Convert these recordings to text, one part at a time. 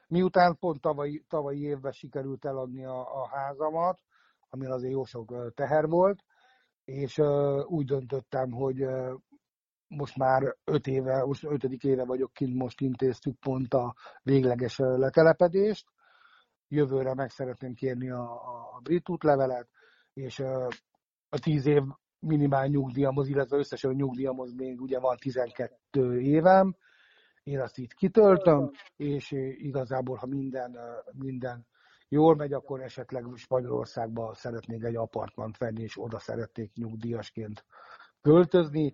Miután pont tavalyi évben sikerült eladni a házamat, ami azért jó sok teher volt, és úgy döntöttem, hogy most már 5. éve vagyok kint, most intéztük pont a végleges letelepedést. Jövőre meg szeretném kérni a brit útlevelet, és a 10 év minimál nyugdíjamhoz, illetve összesen a nyugdíjamhoz még ugye van 12 évem. Én azt itt kitöltöm, és igazából, ha minden jól megy, akkor esetleg Spanyolországba szeretnék egy apartmant venni, és oda szeretnék nyugdíjasként költözni.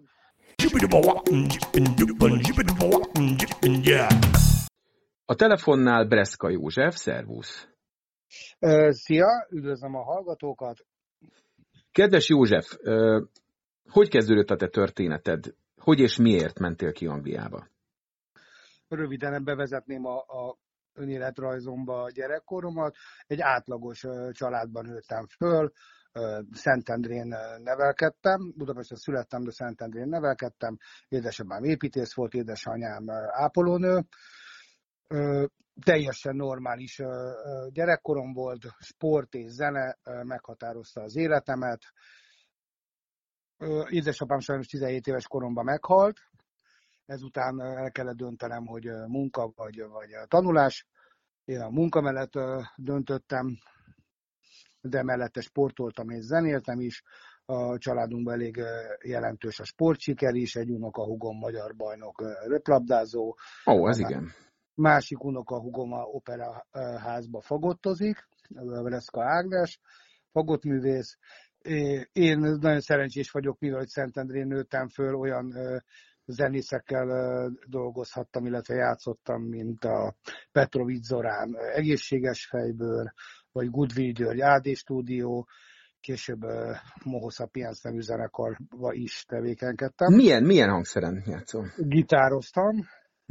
A telefonnál Breszka József, szervusz! Szia, üdvözlöm a hallgatókat! Kedves József, hogy kezdődött a te történeted? Hogy és miért mentél ki Angliába? Röviden bevezetném a önéletrajzomba a gyerekkoromat. Egy átlagos családban nőttem föl, Szentendrén nevelkedtem, Budapesten születtem, de Szentendrén nevelkedtem. Édesapám építész volt, édesanyám ápolónő. Teljesen normális gyerekkorom volt, sport és zene meghatározta az életemet. Édesapám sajnos 17 éves koromban meghalt, ezután el kellett döntenem, hogy munka vagy tanulás. Én a munka mellett döntöttem, de mellette sportoltam és zenéltem is. A családunkban elég jelentős a sportsiker is, egy unokahúgom magyar bajnok röplabdázó. Ez igen. Másik unokahúgom a operaházba fagottozik, Breszka Ágnes, fagottművész. Én nagyon szerencsés vagyok, mivel Szentendrén nőttem föl, olyan zenészekkel dolgozhattam, illetve játszottam, mint a Petrovics Zorán Egészséges fejbőr, vagy Goodwill György AD stúdió, később Moho Sapiens nevű zenekarba is tevékenykedtem. Milyen hangszeren játszol? Gitároztam,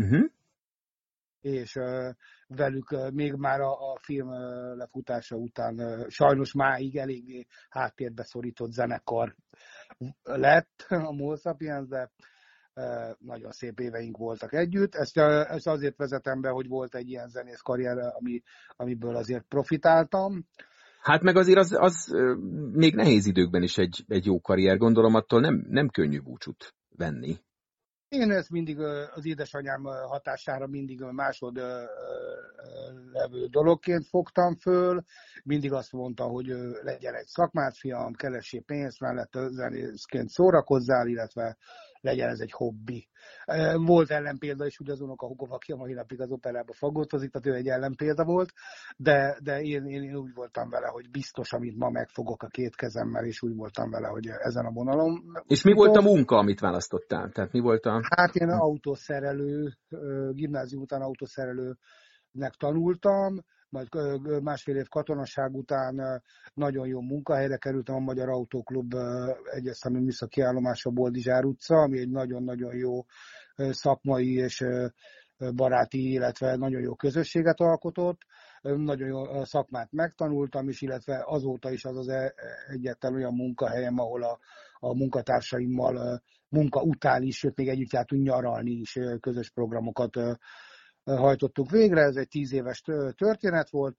és velük még már a film lefutása után sajnos máig eléggé háttérbe szorított zenekar lett a Moho Sapiens, de nagyon szép éveink voltak együtt. Ezt azért vezetem be, hogy volt egy ilyen zenész karrier, amiből azért profitáltam. Hát meg azért az még nehéz időkben is egy jó karrier, gondolom, attól nem könnyű búcsút venni. Én ezt mindig az édesanyám hatására mindig másod levő dologként fogtam föl. Mindig azt mondta, hogy legyen egy szakmát, fiam, keressél pénzt, mellett zenészként szórakozzál, illetve legyen ez egy hobbi. Volt ellenpélda is, ugye az unokahúgom, aki a mai napig az operába fagottozik, tehát ő egy ellenpélda volt, de én úgy voltam vele, hogy biztos, amit ma megfogok a két kezemmel, és úgy voltam vele, hogy ezen a vonalon. És mi volt a munka, amit választottál? Tehát mi volt a... Hát én autószerelő, gimnázium után autószerelőnek tanultam, majd másfél év katonaság után nagyon jó munkahelyre kerültem, a Magyar Autóklub egyesztemi műszaki állomása Boldizsár utca, ami egy nagyon-nagyon jó szakmai és baráti, illetve nagyon jó közösséget alkotott. Nagyon jó szakmát megtanultam is, illetve azóta is az egyetlen olyan munkahelyem, ahol a munkatársaimmal munka után is, sőt még együtt jártunk nyaralni is, közös programokat hajtottuk végre. Ez egy 10 éves történet volt,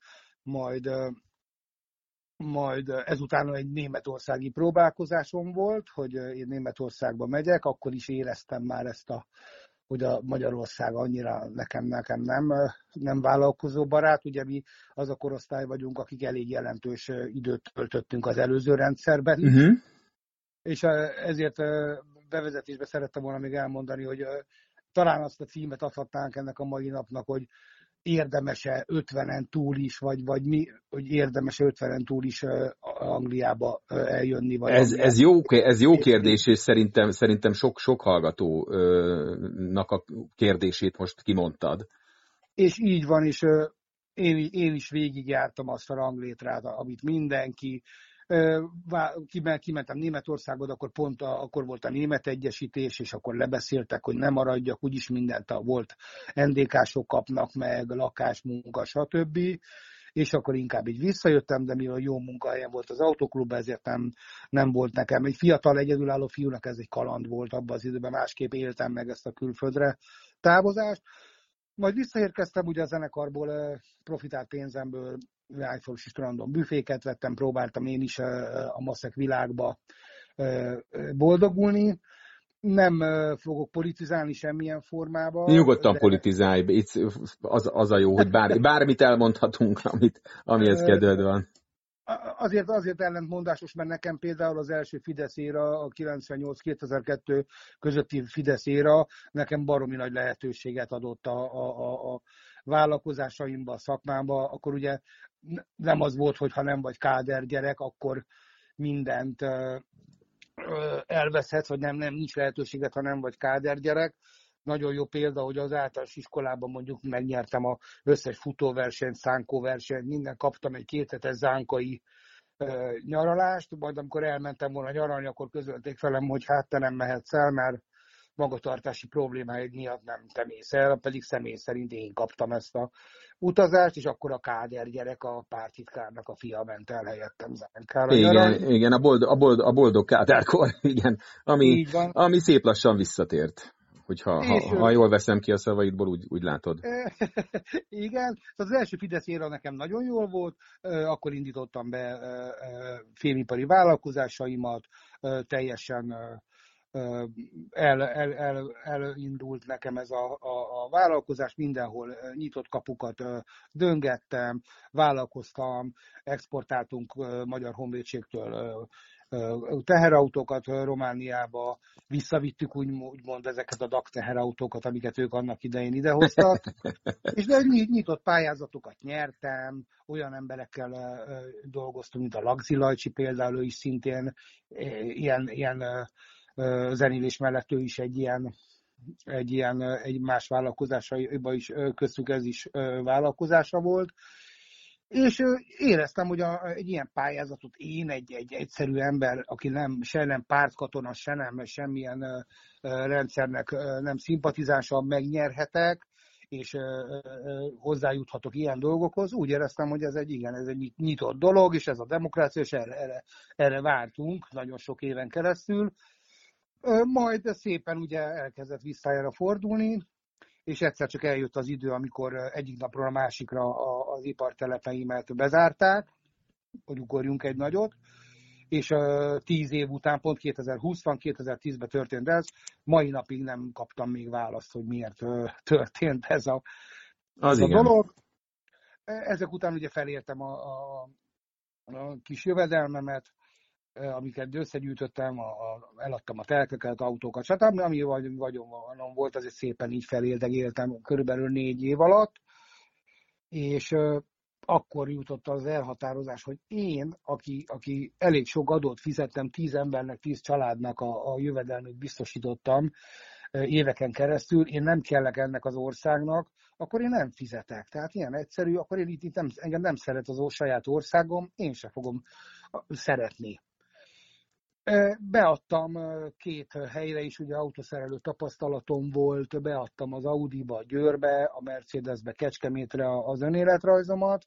majd ezután egy németországi próbálkozásom volt, hogy én Németországba megyek, akkor is éreztem már hogy a Magyarország annyira nekem nem vállalkozó barát. Ugye mi az a korosztály vagyunk, akik elég jelentős időt töltöttünk az előző rendszerben is. És ezért bevezetésbe szerettem volna még elmondani, hogy talán azt a címet adhatnánk ennek a mai napnak, hogy érdemes-e 50-en túl is, vagy mi, hogy érdemes-e 50-en túl is Angliába eljönni? Vagy ez jó kérdés, és szerintem sok hallgatónak a kérdését most kimondtad. És így van, és én is végigjártam azt a ranglétrát, amit mindenki. Kimentem Németországba, akkor akkor volt a német egyesítés, és akkor lebeszéltek, hogy ne maradjak, úgyis mindent volt NDK-sok kapnak meg, lakás, munka, stb. És akkor inkább így visszajöttem, de mivel jó munkahelyen volt az autóklub, ezért nem volt nekem. Egy fiatal egyedülálló fiúnak ez egy kaland volt abban az időben, másképp éltem meg ezt a külföldre távozást. Majd visszaérkeztem ugye a zenekarból, profitált pénzemből, iPhone-os strandon büféket vettem, próbáltam én is a maszek világba boldogulni. Nem fogok politizálni semmilyen formába. Nyugodtan politizálj, itt az a jó, hogy bármit elmondhatunk, amihez kedved van. Azért ellentmondásos, mert nekem például az első Fidesz éra, a 98-2002 közötti Fidesz éra nekem baromi nagy lehetőséget adott a vállalkozásaimba, a szakmámba. Akkor ugye nem az volt, hogy ha nem vagy káder gyerek, akkor mindent elveszhetsz, vagy nem nincs lehetőséget, ha nem vagy káder gyerek. Nagyon jó példa, hogy az általános iskolában mondjuk megnyertem az összes futóversenyt, szánkóversenyt, minden, kaptam egy 2 hetes zánkai nyaralást, majd amikor elmentem volna nyaralni, akkor közölték velem, hogy hát te nem mehetsz el, mert magatartási problémáid miatt nem te mész el, pedig személy szerint én kaptam ezt a utazást, és akkor a káder gyerek, a pártitkárnak a fia ment el helyettem zánkára nyaralni. Igen, a boldog kádárkor, igen, ami szép lassan visszatért. Ha jól veszem ki a szavaidból, úgy látod. Igen, az első Fidesz éra nekem nagyon jól volt, akkor indítottam be fémipari vállalkozásaimat, teljesen elindult nekem ez a vállalkozás, mindenhol nyitott kapukat döngettem, vállalkoztam, exportáltunk Magyar Honvédségtől teherautókat Romániába, visszavittük úgymond ezeket a DAC teherautókat, amiket ők annak idején idehoztak, és nyitott pályázatokat nyertem, olyan emberekkel dolgoztunk, mint a Lagzi Lajcsi például, ő is szintén ilyen zenélés mellett ő is egy más vállalkozásaiba is köztük ez is vállalkozása volt. És éreztem, hogy egy ilyen pályázatot én, egy egyszerű ember, aki se nem pártkatona, se nem semmilyen rendszernek nem szimpatizánsa, megnyerhetek, és hozzájuthatok ilyen dolgokhoz. Úgy éreztem, hogy ez egy nyitott dolog, és ez a demokrácia, és erre vártunk nagyon sok éven keresztül. Majd szépen ugye elkezdett visszajára fordulni, és egyszer csak eljött az idő, amikor egyik napról a másikra az ipartelepeimet bezárták, hogy ugorjunk egy nagyot, és 10 év után, pont 2020-ban, 2010-ben történt ez, mai napig nem kaptam még választ, hogy miért történt ez a dolog. Ezek után ugye felértem a kis jövedelmemet, amiket összegyűjtöttem, eladtam a telkeket, autókat, stb. Ami vagyonom volt, azért szépen így feléldegéltem körülbelül 4 év alatt, és akkor jutott az elhatározás, hogy én, aki elég sok adót fizettem, 10 embernek, 10 családnak a jövedelmét biztosítottam éveken keresztül, én nem kellek ennek az országnak, akkor én nem fizetek. Tehát ilyen egyszerű, akkor én itt engem nem szeret az saját országom, én se fogom szeretni. Beadtam 2 helyre is, ugye autószerelő tapasztalatom volt, beadtam az Audiba, Győrbe, a Mercedesbe, Kecskemétre az önéletrajzomat.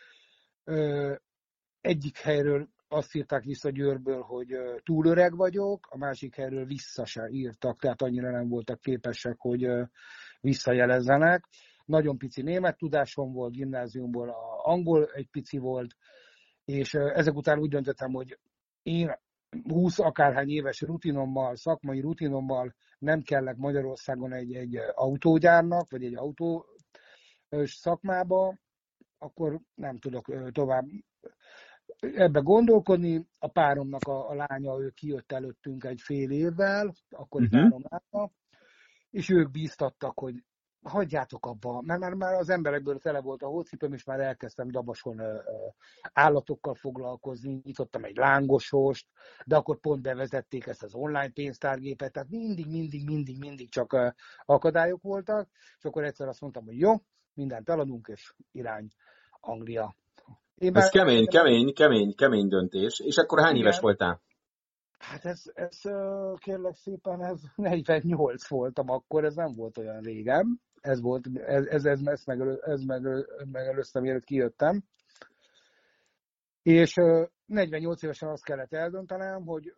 Egyik helyről azt írták vissza Győrből, hogy túl öreg vagyok, a másik helyről vissza se írtak, tehát annyira nem voltak képesek, hogy visszajelezzenek. Nagyon pici német tudásom volt, gimnáziumból angol egy pici volt, és ezek után úgy döntöttem, hogy én 20 akárhány éves rutinommal, szakmai rutinommal nem kellek Magyarországon egy autógyárnak, vagy egy autó szakmába, akkor nem tudok tovább ebbe gondolkodni. A páromnak a lánya, ő kijött előttünk egy fél évvel, akkori párom lánya, és ők bíztattak, hogy hagyjátok abba, mert már az emberekből tele volt a hócipőm, és már elkezdtem Dabason állatokkal foglalkozni, nyitottam egy lángosost, de akkor pont bevezették ezt az online pénztárgépet, tehát mindig csak akadályok voltak, és akkor egyszer azt mondtam, hogy jó, mindent eladunk, és irány Anglia. Ez kemény döntés. És akkor hány éves voltál? Hát ez kérlek szépen, ez 48 voltam akkor, ez nem volt olyan régen. Ezt megelőztem, mielőtt kijöttem. És 48 évesen azt kellett eldöntenem,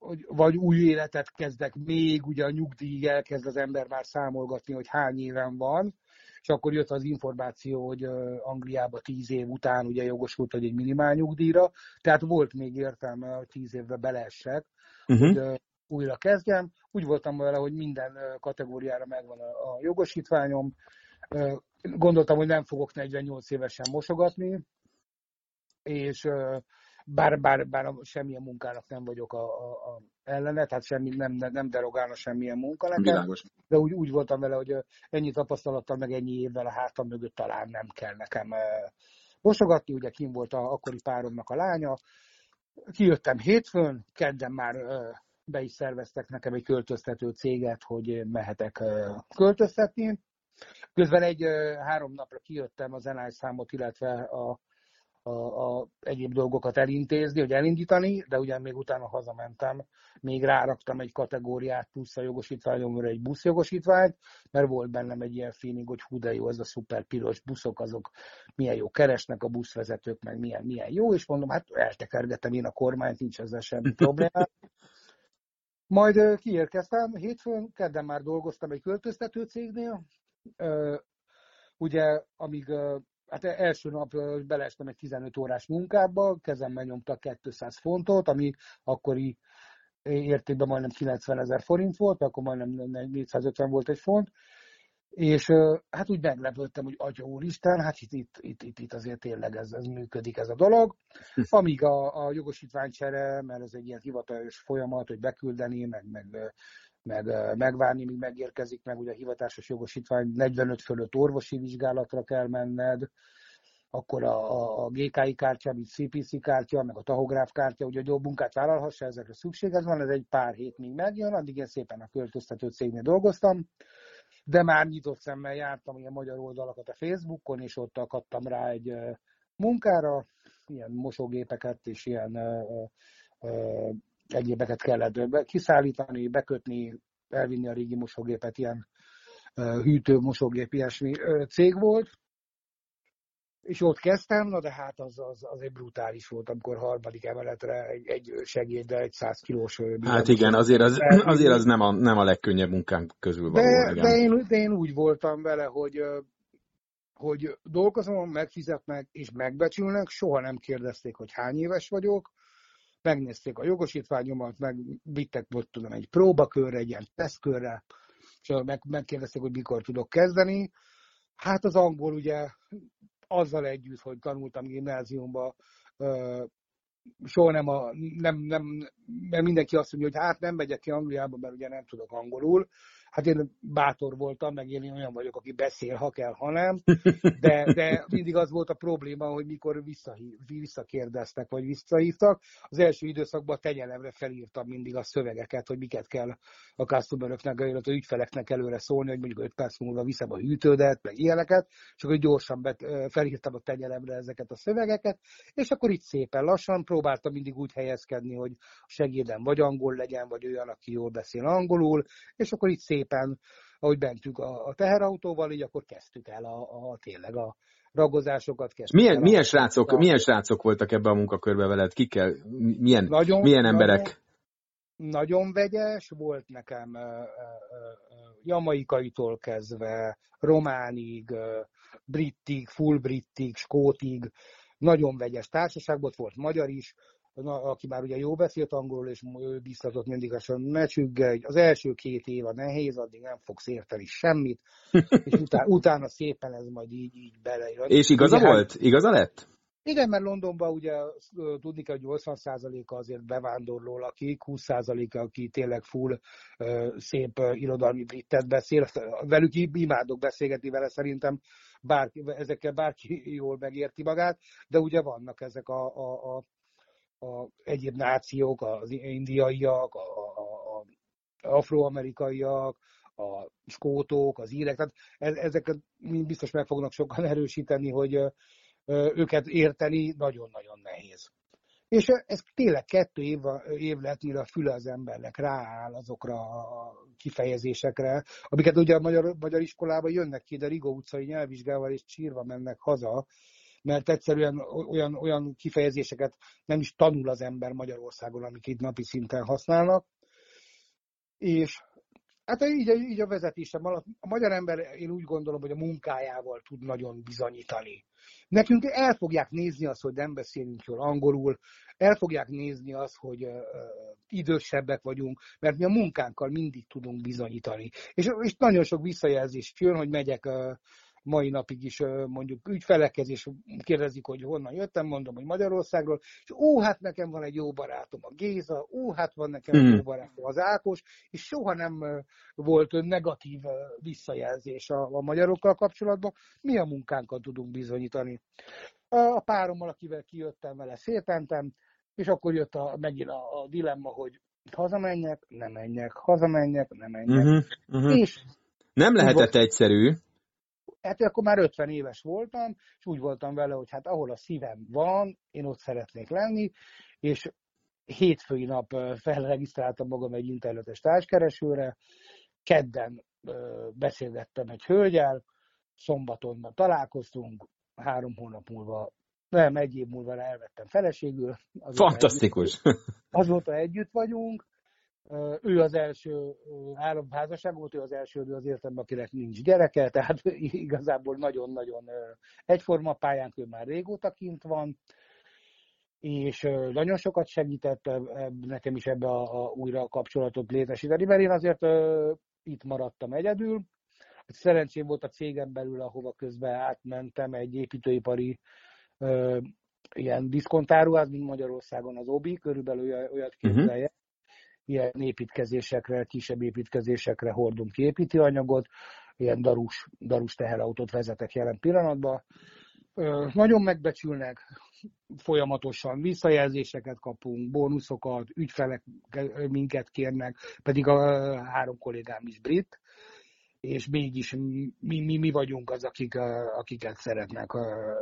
vagy új életet kezdek még, ugye a nyugdíj elkezd az ember már számolgatni, hogy hány éven van, és akkor jött az információ, hogy Angliában 10 év után ugye jogosult, hogy egy minimál nyugdíjra, tehát volt még értelme, hogy 10 évre beleessek, hogy újra kezdjem. Úgy voltam vele, hogy minden kategóriára megvan a jogosítványom. Gondoltam, hogy nem fogok 48 évesen mosogatni, és bár semmilyen munkának nem vagyok a ellene, tehát nem derogálna semmilyen munka nekem, világos. De úgy voltam vele, hogy ennyi tapasztalattal, meg ennyi évvel a hátam mögött talán nem kell nekem mosogatni, ugye kim volt a akkori páromnak a lánya, kijöttem hétfőn, kedden már be is szerveztek nekem egy költöztető céget, hogy mehetek költöztetni. Közben 3 napra kijöttem az NI számot, illetve a egyéb dolgokat elintézni, hogy elindítani, de ugyan még utána hazamentem, még ráraktam egy kategóriát plusz a jogosítványomra egy buszjogosítványt, mert volt bennem egy ilyen feeling, hogy hú de jó, ez a szuper piros buszok, azok milyen jó keresnek a buszvezetők, meg milyen jó, és mondom, hát eltekergetem én a kormányt, nincs ezzel semmi probléma. Majd kiérkeztem, hétfőn, kedden már dolgoztam egy költöztető cégnél, ugye amíg hát első nap beleestem egy 15 órás munkába, kezemben nyomtak 200 fontot, ami akkori értékben majdnem 90 000 forint volt, akkor majdnem 450 volt egy font, és hát úgy meglepődtem, hogy atya úristen, hát itt azért tényleg ez működik ez a dolog. Amíg a jogosítványcsere, mert ez egy ilyen hivatalos folyamat, hogy beküldeni, meg megvárni, míg megérkezik, meg ugye a hivatásos jogosítvány 45 fölött orvosi vizsgálatra kell menned, akkor a GKI kártya, mint CPC kártya, meg a tahográf kártya, ugye a munkát vállalhassa, ezekre szükséged van, ez egy pár hét még megjön, addig én szépen a költöztető cégnél dolgoztam, de már nyitott szemmel jártam ilyen magyar oldalakat a Facebookon, és ott akadtam rá egy munkára, ilyen mosógépeket és ilyen egyébeket kellett kiszállítani, bekötni, elvinni a régi mosógépet, ilyen hűtő mosógép, ilyesmi cég volt. És ott kezdtem, na de hát az egy brutális volt, amikor harmadik emeletre egy segéddel, egy 100 kilós... Hát igen, azért az nem a legkönnyebb munkánk közül való. De én úgy voltam vele, hogy dolgozom, megfizetnek és megbecsülnek, soha nem kérdezték, hogy hány éves vagyok, megnézték a jogosítványomat, megvittek, hogy tudom, egy próbakörre, egy ilyen tesztkörre, és megkérdezték, hogy mikor tudok kezdeni. Hát az angol ugye azzal együtt, hogy tanultam gimnáziumba, soha nem, mert mindenki azt mondja, hogy hát nem megyek ki Angliába, mert ugye nem tudok angolul. Hát én bátor voltam, meg én olyan vagyok, aki beszél, ha kell, ha nem. De mindig az volt a probléma, hogy mikor visszakérdeztek, vagy visszahívtak. Az első időszakban a tenyelemre felírtam mindig a szövegeket, hogy miket kell a customeröknek, illetve ügyfeleknek előre szólni, hogy mondjuk 5 perc múlva viszem a hűtődet, meg ilyeneket, és akkor gyorsan felírtam a tenyelemre ezeket a szövegeket, és akkor itt szépen lassan próbáltam mindig úgy helyezkedni, hogy a segédem vagy angol legyen, vagy olyan, aki jól beszél angolul, és akkor itt szépen, ahogy bentünk a teherautóval, így akkor kezdtük el tényleg a ragozásokat. Milyen srácok voltak ebben a munkakörben veled? Kikkel? Milyen emberek? Nagyon vegyes, volt nekem jamaikaitól kezdve, románig, brittig, full brittig, skótig, nagyon vegyes társaságban, volt magyar is, aki már ugye jó beszélt angolul, és ő biztatott mindig azt, hogy ne csüggedj, az első 2 év a nehéz, addig nem fogsz érteni semmit, és utána szépen ez majd így belejön. És igaza ugye, volt? Igaza lett? Igen, mert Londonban ugye tudni kell, hogy 80%-a azért bevándorló lakik, 20%-a, aki tényleg full szép irodalmi britet beszél, velük imádok beszélgetni vele, szerintem ezekkel bárki jól megérti magát, de ugye vannak ezek a egyéb nációk, az indiaiak, az afroamerikaiak, a skótok, az írek, tehát ezeket biztos meg fognak sokan erősíteni, hogy őket érteni nagyon-nagyon nehéz. És ez tényleg 2 év lett, mire a füle az embernek rááll azokra a kifejezésekre, amiket ugye a magyar iskolában jönnek ki, de Rigó utcai nyelvvizsgával és csírva mennek haza, mert egyszerűen olyan kifejezéseket nem is tanul az ember Magyarországon, amik itt napi szinten használnak. És hát így a vezetésem alatt a magyar ember, én úgy gondolom, hogy a munkájával tud nagyon bizonyítani. Nekünk el fogják nézni azt, hogy nem beszélünk jól angolul, el fogják nézni azt, hogy idősebbek vagyunk, mert mi a munkánkkal mindig tudunk bizonyítani. És nagyon sok visszajelzés jön, hogy megyek mai napig is mondjuk ügyfelekhez, és kérdezik, hogy honnan jöttem, mondom, hogy Magyarországról, és hát nekem van egy jó barátom a Géza, hát van nekem egy jó barátom az Ákos, és soha nem volt negatív visszajelzés a magyarokkal kapcsolatban. Mi a munkánkat tudunk bizonyítani. A párommal, akivel kijöttem vele, szétentem, és akkor jött megint a dilemma, hogy hazamenjek, nem menjek, hazamenjek, nem menjek. És nem lehetett egyszerű. Hát akkor már 50 éves voltam, és úgy voltam vele, hogy hát ahol a szívem van, én ott szeretnék lenni, és hétfői nap felregisztráltam magam egy internetes társkeresőre, kedden beszélgettem egy hölgyel, szombaton találkoztunk, 3 hónap múlva, nem, 1 év múlva elvettem feleségül. Fantasztikus! Azóta együtt vagyunk. Ő az első házasság volt, ő az első az életemben, akinek nincs gyereke, tehát igazából nagyon-nagyon egyforma pályánk, ő már régóta kint van, és nagyon sokat segített nekem is ebbe újra a kapcsolatot létesíteni, mert én azért itt maradtam egyedül. Szerencsém volt a cégem belül, ahova közben átmentem egy építőipari ilyen diszkontáruház, mint Magyarországon az OBI, körülbelül olyat képzelje. Ilyen építkezésekre, kisebb építkezésekre hordunk ki építőanyagot, ilyen darus teherautót vezetek jelen pillanatban. Nagyon megbecsülnek, folyamatosan visszajelzéseket kapunk, bónuszokat, ügyfelek minket kérnek, pedig a 3 kollégám is brit, és mégis mi vagyunk az, akiket szeretnek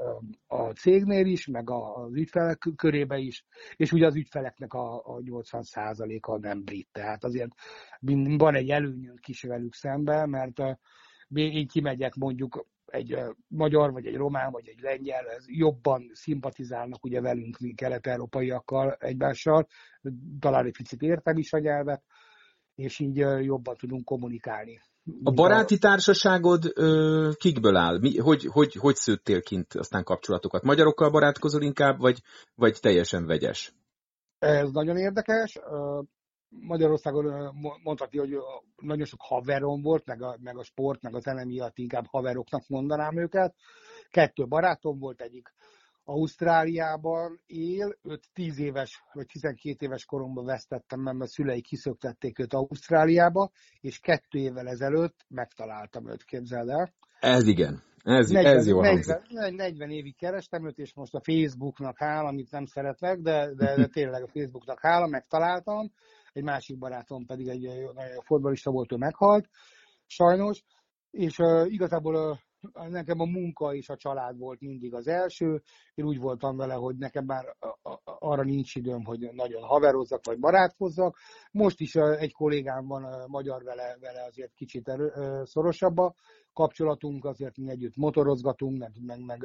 a cégnél is, meg az ügyfelek körébe is, és ugye az ügyfeleknek a 80%-a nem brit. Tehát azért van egy előnyünk is velük szemben, mert én kimegyek mondjuk egy magyar, vagy egy román, vagy egy lengyel, jobban szimpatizálnak ugye velünk, mi kelet-európaiakkal egymással, talán egy picit értem is a nyelvet, és így jobban tudunk kommunikálni. A baráti társaságod kikből áll? Hogy szőttél kint aztán kapcsolatokat? Magyarokkal barátkozol inkább, vagy teljesen vegyes? Ez nagyon érdekes. Magyarországon mondhatni, hogy nagyon sok haverom volt, meg a sport, meg a zene miatt inkább haveroknak mondanám őket. 2 barátom volt, egyik Ausztráliában él, 10 éves vagy 12 éves koromban vesztettem, mert a szülei kiszöktették őt Ausztráliába, és 2 évvel ezelőtt megtaláltam őt, képzeld el. Ez igen. Ez jó hangzik. 40 évig kerestem őt, és most a Facebooknak hála, amit nem szeretek, de tényleg a Facebooknak hála, megtaláltam. Egy másik barátom pedig egy fotballista volt, ő meghalt, sajnos, és igazából nekem a munka és a család volt mindig az első. Én úgy voltam vele, hogy nekem már arra nincs időm, hogy nagyon haverozzak vagy barátkozzak. Most is egy kollégám van magyar, vele azért kicsit szorosabb a kapcsolatunk, azért mi együtt motorozgatunk, meg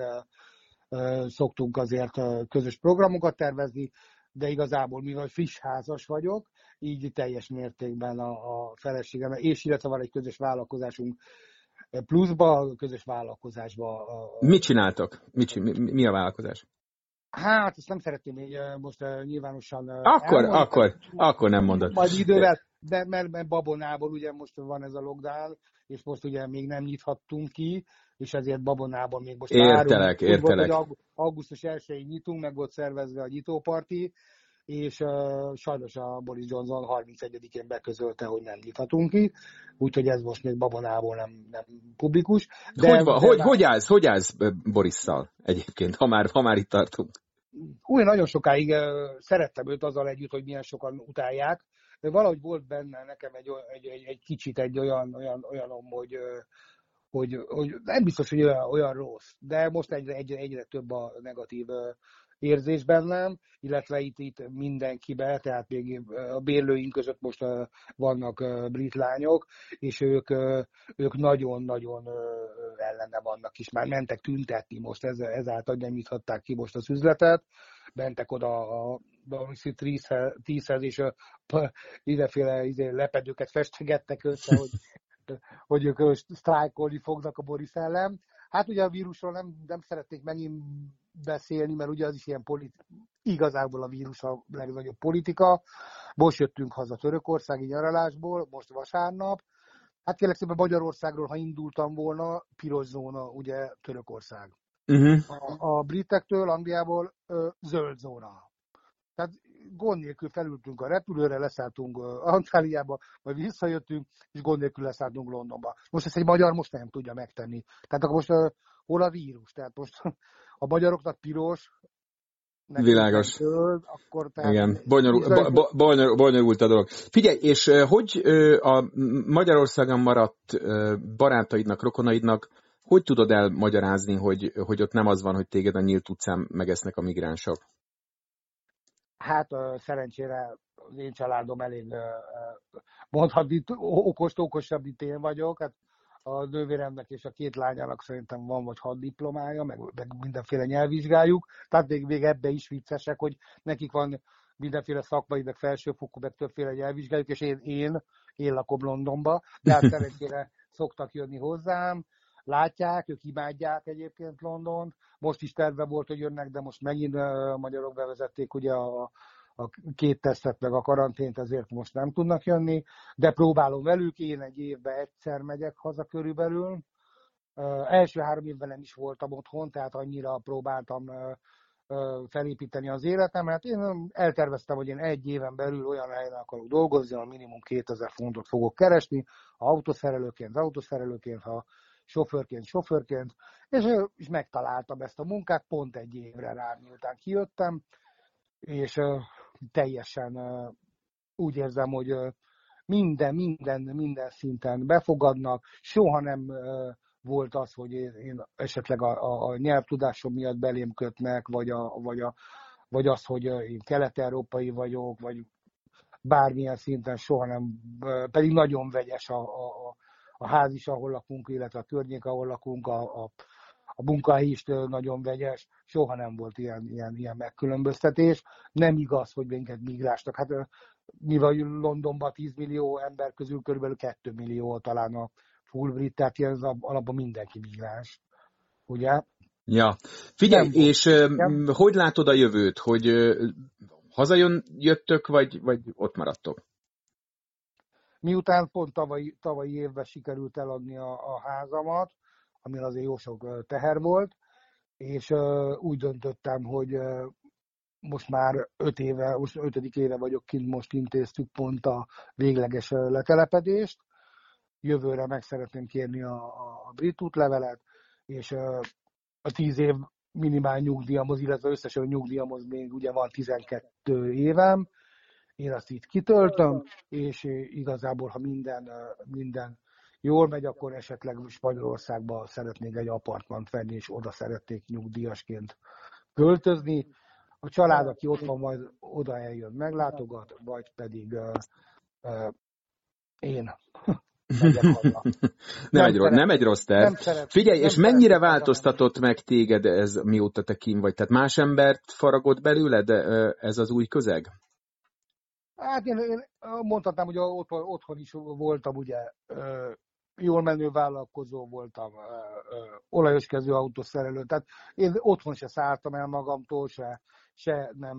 szoktunk azért közös programokat tervezni, de igazából mivel friss házas vagyok, így teljes mértékben a feleségem, és illetve van egy közös vállalkozásunk, pluszba, a közös vállalkozásba. Mit csináltok? Mi a vállalkozás? Hát, ezt nem szeretném még most nyilvánosan Akkor nem mondod. Majd idővel, mert Babonából ugye most van ez a lockdown, és most ugye még nem nyithattunk ki, és ezért Babonában még most értelek. Volt, hogy augusztus 1-ig nyitunk, meg volt szervezve a nyitóparti, és sajnos a Boris Johnson 31-én beközölte, hogy nem nyithatunk ki, úgyhogy ez most még Babonából nem publikus. De hogy állsz Borisszal egyébként, ha már itt tartunk? Nagyon sokáig szerettem őt azzal együtt, hogy milyen sokan utálják, de valahogy volt benne nekem egy kicsit egy olyan hogy nem biztos, hogy olyan rossz, de most egyre több a negatív érzés bennem, illetve itt mindenkibe, tehát még a bérlőink között most vannak brit lányok, és ők nagyon-nagyon ellene vannak is. Már mentek tüntetni most, ezáltal nem nyithatták ki most az üzletet, mentek oda a Downing Street 10-hez, és mindenféle lepedőket festegettek össze, hogy ők sztrájkolni fognak a Boris ellen. Hát ugye a vírusról nem szeretnék megint beszélni, mert ugye az is ilyen igazából a vírus a legnagyobb politika. Most jöttünk haza Törökországi nyaralásból, most vasárnap. Hát kérlek szépen Magyarországról, ha indultam volna, piros zóna, ugye Törökország. A britektől, Angliából zöld zóna. Tehát gond nélkül felültünk a repülőre, leszálltunk Antáliába, majd visszajöttünk, és gond nélkül leszálltunk Londonba. Most ezt egy magyar most nem tudja megtenni. Tehát akkor most hol a vírus? Tehát most a magyaroknak piros, világos. Akkor tehát... Igen, bonyolult a dolog. Figyelj, és hogy a Magyarországon maradt barátaidnak, rokonaidnak, hogy tudod elmagyarázni, hogy ott nem az van, hogy téged a nyílt utcán megesznek a migránsok? Hát szerencsére az én családom elég mondhatni okosabb, mint én vagyok. Hát a nővéremnek és a két lányának szerintem van vagy 6 diplomája, meg mindenféle nyelvvizsgájuk. Tehát még ebbe is viccesek, hogy nekik van mindenféle szakmai, meg felsőfokú, meg többféle nyelvvizsgájuk, és én lakom Londonba, de hát szerencsére szoktak jönni hozzám. Látják, ők imádják egyébként Londont. Most is terve volt, hogy jönnek, de most megint a magyarok bevezették ugye a 2 tesztet meg a karantént, ezért most nem tudnak jönni, de próbálom velük, én egy évben egyszer megyek haza körülbelül. Első 3 évben nem is voltam otthon, tehát annyira próbáltam felépíteni az életemet. Én elterveztem, hogy én 1 éven belül olyan helyen akarok dolgozni, ahol minimum 2000 fontot fogok keresni, ha autószerelőként, ha sofőrként, és megtaláltam ezt a munkát, pont 1 évre rá, miután kijöttem, és teljesen úgy érzem, hogy minden szinten befogadnak, soha nem volt az, hogy én esetleg a nyelvtudásom miatt belém kötnek, vagy az, hogy én kelet-európai vagyok, vagy bármilyen szinten soha nem, pedig nagyon vegyes a ház is, ahol lakunk, illetve a környék, ahol lakunk, a munkahely is nagyon vegyes, soha nem volt ilyen megkülönböztetés. Nem igaz, hogy minket migránsnak. Hát mi vagy Londonban 10 millió ember közül körülbelül 2 millió talán a full brit, tehát ilyen alapban mindenki migráns. Ugye? Ja. Figyelj, és hogy látod a jövőt? Hogy hazajöttök, vagy ott maradtok? Miután pont tavalyi évben sikerült eladni a házamat, ami azért jó sok teher volt, és úgy döntöttem, hogy most már 5 éve, most 5. éve vagyok kint, most intéztük pont a végleges letelepedést. Jövőre meg szeretném kérni a brit útlevelet, és a 10 év minimál nyugdíjamhoz, illetve összesen a nyugdíjamhoz még ugye van 12 évem. Én azt itt kitöltöm, és igazából, ha minden jól megy, akkor esetleg Spanyolországban szeretnék egy apartmant venni, és oda szeretnék nyugdíjasként költözni. A család, aki ott van, majd oda eljön, meglátogat, vagy pedig én megyek haza. Nem egy rossz terv. Figyelj, és mennyire változtatott meg téged ez, mióta te kín vagy? Tehát más embert faragott belőled ez az új közeg? Hát én mondhatnám, hogy otthon is voltam, ugye, jól menő vállalkozó voltam, olajoskező autószerelő, tehát én otthon se szálltam el magamtól, se nem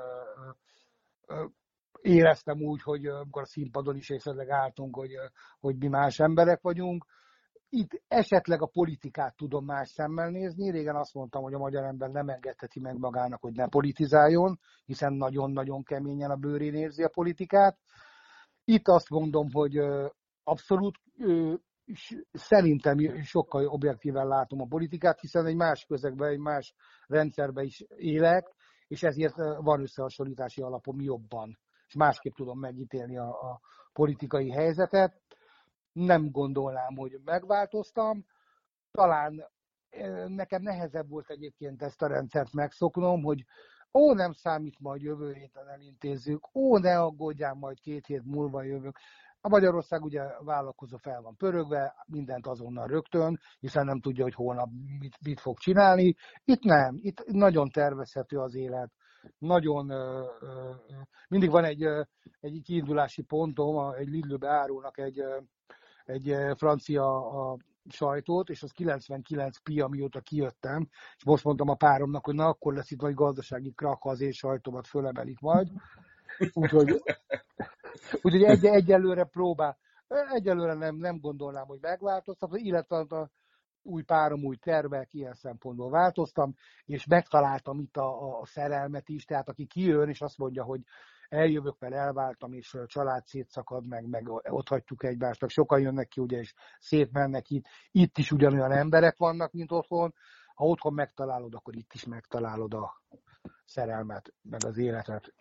éreztem úgy, hogy amikor a színpadon is esetleg álltunk, hogy mi más emberek vagyunk. Itt esetleg a politikát tudom más szemmel nézni. Régen azt mondtam, hogy a magyar ember nem engedheti meg magának, hogy ne politizáljon, hiszen nagyon-nagyon keményen a bőrén érzi a politikát. Itt azt mondom, hogy abszolút szerintem sokkal objektíven látom a politikát, hiszen egy más közegben, egy más rendszerben is élek, és ezért van összehasonlítási alapom jobban, és másképp tudom megítélni a politikai helyzetet. Nem gondolnám, hogy megváltoztam. talán nekem nehezebb volt egyébként ezt a rendszert megszoknom, hogy nem számít, majd jövő héten elintézzük, ne aggódjál, majd 2 hét múlva jövök. A Magyarország ugye vállalkozó fel van pörögve, mindent azonnal rögtön, hiszen nem tudja, hogy holnap mit fog csinálni. Itt nem, itt nagyon tervezhető az élet. Nagyon, mindig van egy kiindulási pontom, egy Lidlbe árulnak egy francia sajtót, és az 99 pi, amióta kijöttem, és most mondtam a páromnak, hogy na akkor lesz itt nagy gazdasági krak, ha az én sajtómat fölemelik majd. Úgyhogy egyelőre egyelőre nem gondolnám, hogy megváltoztatom, illetve a új párom, új tervek, ilyen szempontból változtam, és megtaláltam itt a szerelmet is, tehát aki kijön, és azt mondja, hogy eljövök, mert elváltam, és a család szétszakad, meg ott hagyjuk egymásnak. Sokan jönnek ki, ugye, és szétmennek itt. Itt is ugyanolyan emberek vannak, mint otthon. Ha otthon megtalálod, akkor itt is megtalálod a szerelmet, meg az életet.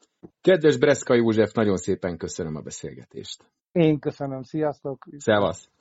Kedves Breszka József, nagyon szépen köszönöm a beszélgetést. Én köszönöm, sziasztok! Szevasz!